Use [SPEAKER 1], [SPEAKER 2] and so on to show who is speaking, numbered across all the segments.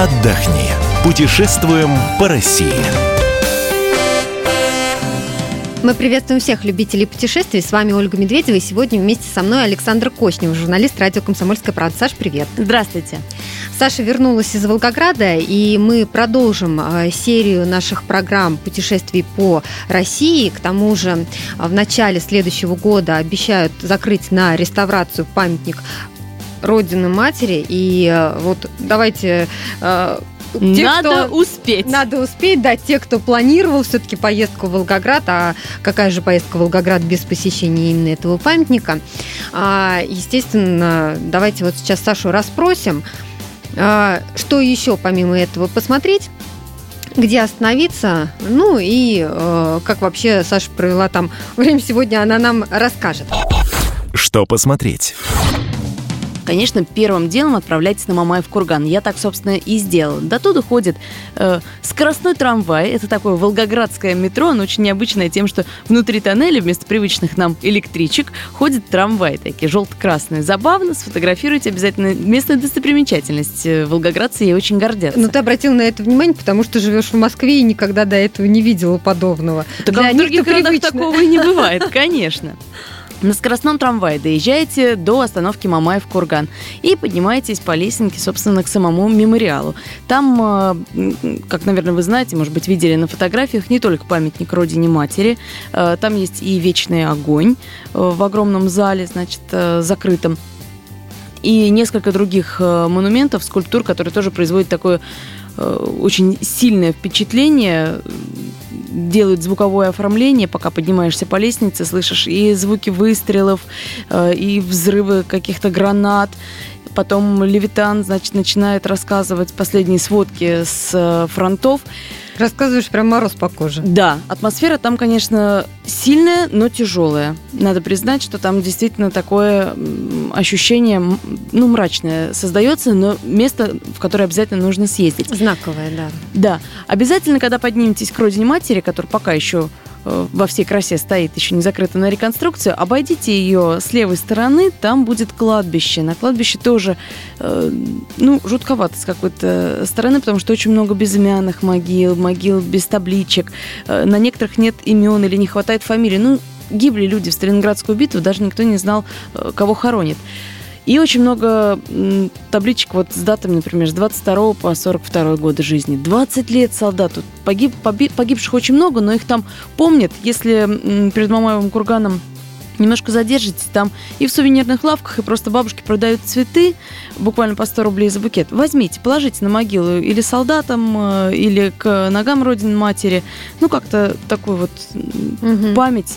[SPEAKER 1] отдохни. Путешествуем по России.
[SPEAKER 2] Мы приветствуем всех любителей путешествий. С вами Ольга Медведева. И сегодня вместе со мной Александра Кочнева, журналист радио «Комсомольская правда». Саш, привет.
[SPEAKER 3] Здравствуйте.
[SPEAKER 2] Саша вернулась из Волгограда, и мы продолжим серию наших программ путешествий по России. К тому же в начале следующего года обещают закрыть на реставрацию памятник Родины Матери. И вот давайте...
[SPEAKER 3] Надо успеть,
[SPEAKER 2] да, те, кто планировал все-таки поездку в Волгоград, а какая же поездка в Волгоград без посещения именно этого памятника? Естественно, давайте вот сейчас Сашу расспросим, что еще помимо этого посмотреть, где остановиться, ну и как вообще Саша провела там время сегодня, она нам расскажет.
[SPEAKER 1] Что посмотреть?
[SPEAKER 3] Конечно, первым делом отправляйтесь на Мамаев курган. Я так, собственно, и сделала. До туда ходит скоростной трамвай. Это такое волгоградское метро. Оно очень необычное тем, что внутри тоннеля вместо привычных нам электричек ходит трамвай. Такие желто-красные. Забавно, сфотографируйте обязательно. Местная достопримечательность. Волгоградцы ей очень гордятся.
[SPEAKER 2] Ну, ты обратила на это внимание, потому что живешь в Москве и никогда до этого не видела подобного.
[SPEAKER 3] Так в других городах такого и не бывает, конечно. На скоростном трамвае доезжаете до остановки Мамаев курган и поднимаетесь по лесенке, собственно, к самому мемориалу. Там, как, наверное, вы знаете, может быть, видели на фотографиях, не только памятник Родине Матери, там есть и вечный огонь в огромном зале, значит, закрытом, и несколько других монументов, скульптур, которые тоже производят такое очень сильное впечатление, делают звуковое оформление, пока поднимаешься по лестнице, слышишь и звуки выстрелов, и взрывы каких-то гранат. Потом Левитан, значит, начинает рассказывать последние сводки с фронтов.
[SPEAKER 2] Рассказываешь, прям мороз по коже.
[SPEAKER 3] Да, атмосфера там, конечно, сильная, но тяжелая. Надо признать, что там действительно такое ощущение, ну, мрачное создается, но место, в которое обязательно нужно съездить.
[SPEAKER 2] Знаковое, да.
[SPEAKER 3] Да. Обязательно, когда подниметесь к Родине Матери, которая пока еще во всей красе стоит, еще не закрыта на реконструкцию, обойдите ее с левой стороны, там будет кладбище. На кладбище тоже, жутковато с какой-то стороны, потому что очень много безымянных могил без табличек. На некоторых нет имен или не хватает фамилий. Ну, гибли люди в Сталинградскую битву, даже никто не знал, кого хоронит. И очень много табличек вот с датами, например, с 22 по 42 года жизни. 20 лет солдату. Погибших очень много, но их там помнят. Если перед Мамаевым курганом немножко задержитесь, там и в сувенирных лавках, и просто бабушки продают цветы, буквально по 100 рублей за букет. Возьмите, положите на могилу или солдатам, или к ногам Родины Матери. Ну, как-то такую вот память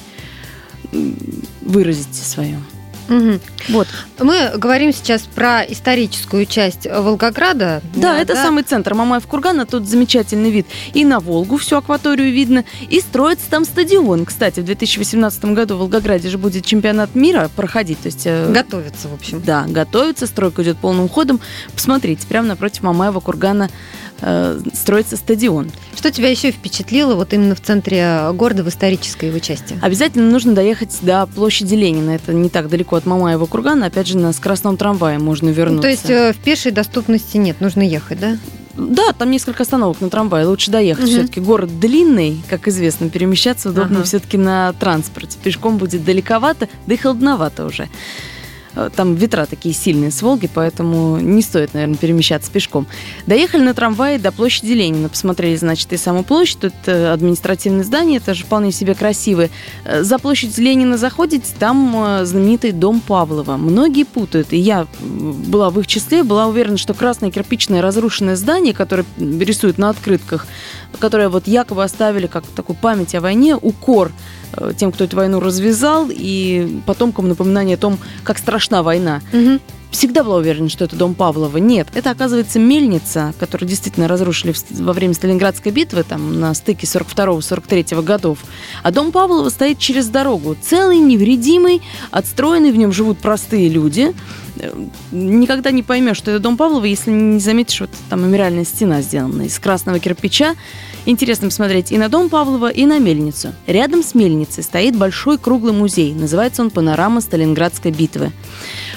[SPEAKER 3] выразите свою.
[SPEAKER 2] Угу.
[SPEAKER 3] Вот.
[SPEAKER 2] Мы говорим сейчас про историческую часть Волгограда.
[SPEAKER 3] Да, это самый центр Мамаев кургана. Тут замечательный вид. И на Волгу всю акваторию видно. И строится там стадион. Кстати, в 2018 году в Волгограде же будет чемпионат мира проходить. То есть,
[SPEAKER 2] готовится, в общем.
[SPEAKER 3] Да, готовится. Стройка идет полным ходом. Посмотрите, прямо напротив Мамаева кургана строится стадион.
[SPEAKER 2] Что тебя еще впечатлило вот именно в центре города, в исторической его части?
[SPEAKER 3] Обязательно нужно доехать до площади Ленина. Это не так далеко от Мамаева кургана. Опять же, на скоростном трамвае можно вернуться.
[SPEAKER 2] То есть в пешей доступности нет, нужно ехать, да?
[SPEAKER 3] Да, там несколько остановок на трамвае. Лучше доехать. Все-таки город длинный, как известно, перемещаться удобно все-таки на транспорте. Пешком будет далековато, да и холодновато уже. Там ветра такие сильные с Волги, поэтому не стоит, наверное, перемещаться пешком. Доехали на трамвае до площади Ленина. Посмотрели, значит, и саму площадь. Тут административное здание, тоже вполне себе красивое. За площадь Ленина заходите, там знаменитый дом Павлова. Многие путают, и я была в их числе, была уверена, что красное кирпичное разрушенное здание, которое рисуют на открытках, которое вот якобы оставили как такую память о войне, укор тем, кто эту войну развязал, и потомкам напоминание о том, как страшна война. Всегда была уверена, что это дом Павлова. Нет, это, оказывается, мельница, которую действительно разрушили во время Сталинградской битвы, там, на стыке 42-43 годов. А дом Павлова стоит через дорогу. Целый, невредимый, отстроенный, в нем живут простые люди. Никогда не поймешь, что это дом Павлова, если не заметишь, вот там мемориальная стена сделана из красного кирпича. Интересно посмотреть и на дом Павлова, и на мельницу. Рядом с мельницей стоит большой круглый музей. Называется он «Панорама Сталинградской битвы».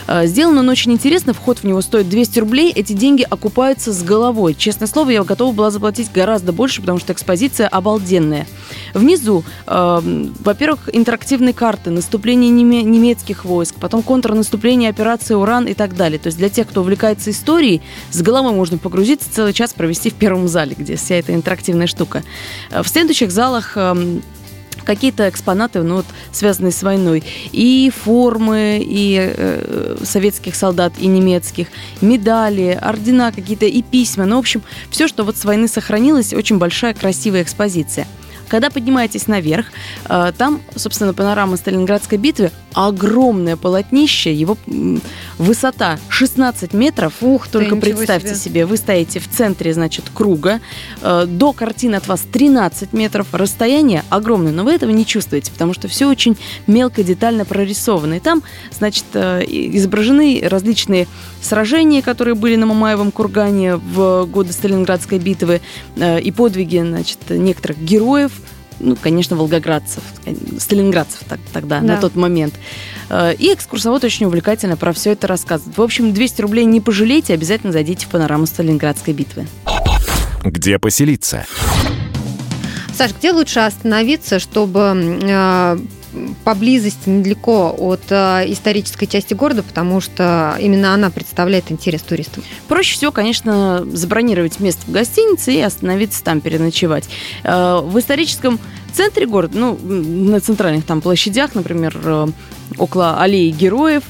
[SPEAKER 3] Сделан он очень интересно, вход в него стоит 200 рублей, эти деньги окупаются с головой. Честное слово, я готова была заплатить гораздо больше, потому что экспозиция обалденная. Внизу, во-первых, интерактивные карты, наступление немецких войск, потом контрнаступление, операции «Уран» и так далее. То есть для тех, кто увлекается историей, с головой можно погрузиться, целый час провести в первом зале, где вся эта интерактивная штука. В следующих залах какие-то экспонаты, связанные с войной. И формы, и советских солдат, и немецких, медали, ордена какие-то, и письма. В общем, все, что с войны сохранилось, очень большая, красивая экспозиция. Когда поднимаетесь наверх, там, собственно, панорама Сталинградской битвы, огромное полотнище, его высота 16 метров.
[SPEAKER 2] Ух ты,
[SPEAKER 3] только представьте себе, вы стоите в центре, круга, до картины от вас 13 метров, расстояние огромное, но вы этого не чувствуете, потому что все очень мелко, детально прорисовано. И там, изображены различные сражения, которые были на Мамаевом кургане в годы Сталинградской битвы, и подвиги, некоторых героев, конечно, волгоградцев, сталинградцев тогда, на тот момент. И экскурсовод очень увлекательно про все это рассказывает. В общем, 200 рублей не пожалейте, обязательно зайдите в панораму Сталинградской битвы.
[SPEAKER 1] Где поселиться?
[SPEAKER 2] Саш, где лучше остановиться, чтобы поблизости, недалеко от исторической части города, потому что именно она представляет интерес туристам?
[SPEAKER 3] Проще всего, конечно, забронировать место в гостинице и остановиться там, переночевать. В историческом центре города, на центральных там площадях, например, около аллеи героев,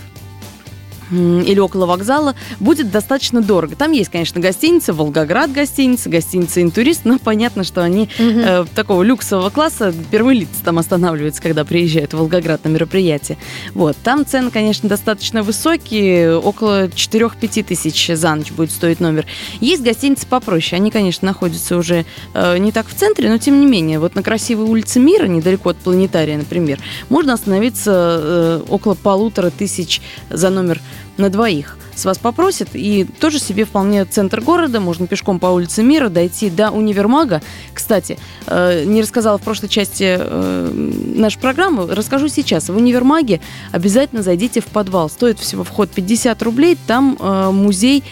[SPEAKER 3] или около вокзала, будет достаточно дорого. Там есть, конечно, гостиница, Волгоград гостиница «Интурист», но понятно, что они такого люксового класса, первые лица там останавливаются, когда приезжают в Волгоград на мероприятие. Там цены, конечно, достаточно высокие, около 4-5 тысяч за ночь будет стоить номер. Есть гостиницы попроще, они, конечно, находятся уже не так в центре, но тем не менее, на красивой улице Мира, недалеко от Планетария, например, можно остановиться около 1500 за номер на двоих. С вас попросят, и тоже себе вполне центр города, можно пешком по улице Мира дойти до универмага. Кстати, не рассказала в прошлой части нашей программы, расскажу сейчас. В универмаге обязательно зайдите в подвал. Стоит всего вход 50 рублей, там музей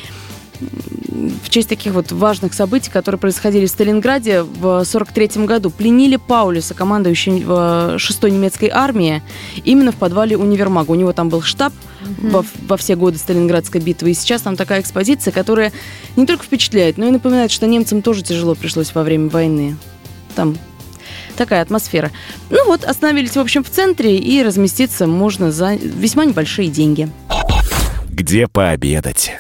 [SPEAKER 3] в честь таких важных событий, которые происходили в Сталинграде в 1943 году. Пленили Паулюса, командующего 6-й немецкой армией, именно в подвале универмага. У него там был штаб во все годы Сталинградской битвы. И сейчас там такая экспозиция, которая не только впечатляет, но и напоминает, что немцам тоже тяжело пришлось во время войны. Там такая атмосфера. Остановились, в общем, в центре, и разместиться можно за весьма небольшие деньги.
[SPEAKER 1] Где пообедать?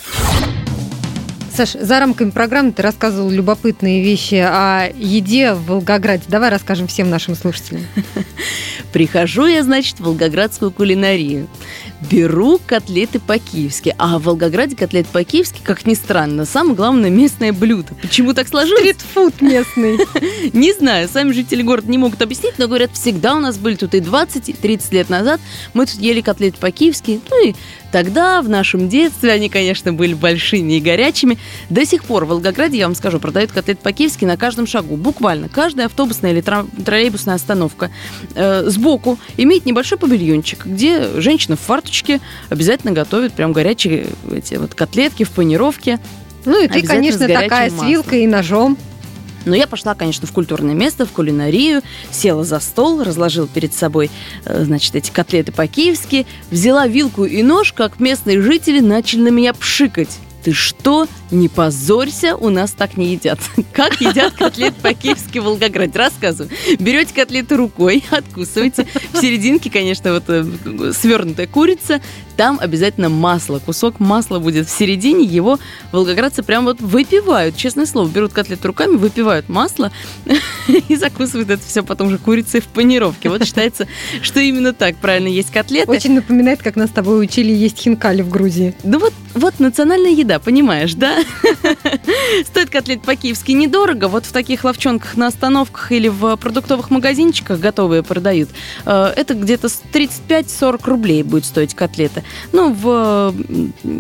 [SPEAKER 2] Саш, за рамками программы ты рассказывал любопытные вещи о еде в Волгограде. Давай расскажем всем нашим слушателям.
[SPEAKER 3] Прихожу я, в волгоградскую кулинарию. Беру котлеты по-киевски. А в Волгограде котлеты по-киевски, как ни странно, самое главное местное блюдо. Почему так сложилось?
[SPEAKER 2] Стритфуд местный.
[SPEAKER 3] Не знаю, сами жители города не могут объяснить, но говорят, всегда у нас были тут и 20, и 30 лет назад. Мы тут ели котлеты по-киевски. И тогда, в нашем детстве, они, конечно, были большими и горячими. До сих пор в Волгограде, я вам скажу, продают котлеты по-киевски на каждом шагу. Буквально. Каждая автобусная или троллейбусная остановка сбоку имеет небольшой павильончик, где женщина в фарточке обязательно готовит прям горячие эти котлетки в панировке.
[SPEAKER 2] И ты, конечно, такая с вилкой и ножом.
[SPEAKER 3] Но я пошла, конечно, в культурное место, в кулинарию, села за стол, разложила перед собой, эти котлеты по-киевски, взяла вилку и нож, как местные жители начали на меня пшикать. Ты что? Не позорься, у нас так не едят. Как едят котлеты по-киевски в Волгограде? Рассказываю. Берете котлету рукой, откусываете. В серединке, конечно, свернутая курица. Там обязательно масло. Кусок масла будет в середине. Его волгоградцы прям выпивают. Честное слово, берут котлету руками, выпивают масло и закусывают это все потом же курицей в панировке. Считается, что именно так правильно есть котлеты.
[SPEAKER 2] Очень напоминает, как нас с тобой учили есть хинкали в Грузии.
[SPEAKER 3] Национальная еда, понимаешь, да? Стоит котлет по-киевски недорого. В таких ловчонках на остановках или в продуктовых магазинчиках готовые продают. Это где-то 35-40 рублей будет стоить котлета. В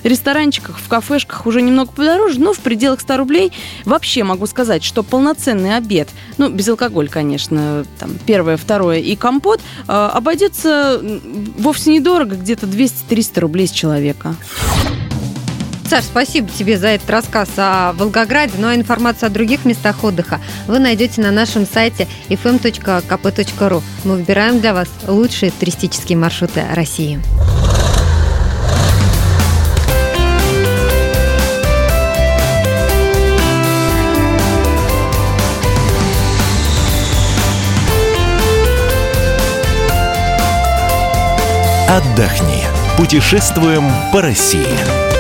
[SPEAKER 3] ресторанчиках, в кафешках уже немного подороже, но в пределах 100 рублей. Вообще могу сказать, что полноценный обед, безалкоголь, конечно, там, первое, второе и компот, обойдется вовсе недорого, где-то 200-300 рублей с человека.
[SPEAKER 2] Саш, спасибо тебе за этот рассказ о Волгограде. Ну а информацию о других местах отдыха вы найдете на нашем сайте fm.kp.ru. Мы выбираем для вас лучшие туристические маршруты России.
[SPEAKER 1] Отдохни. Путешествуем по России.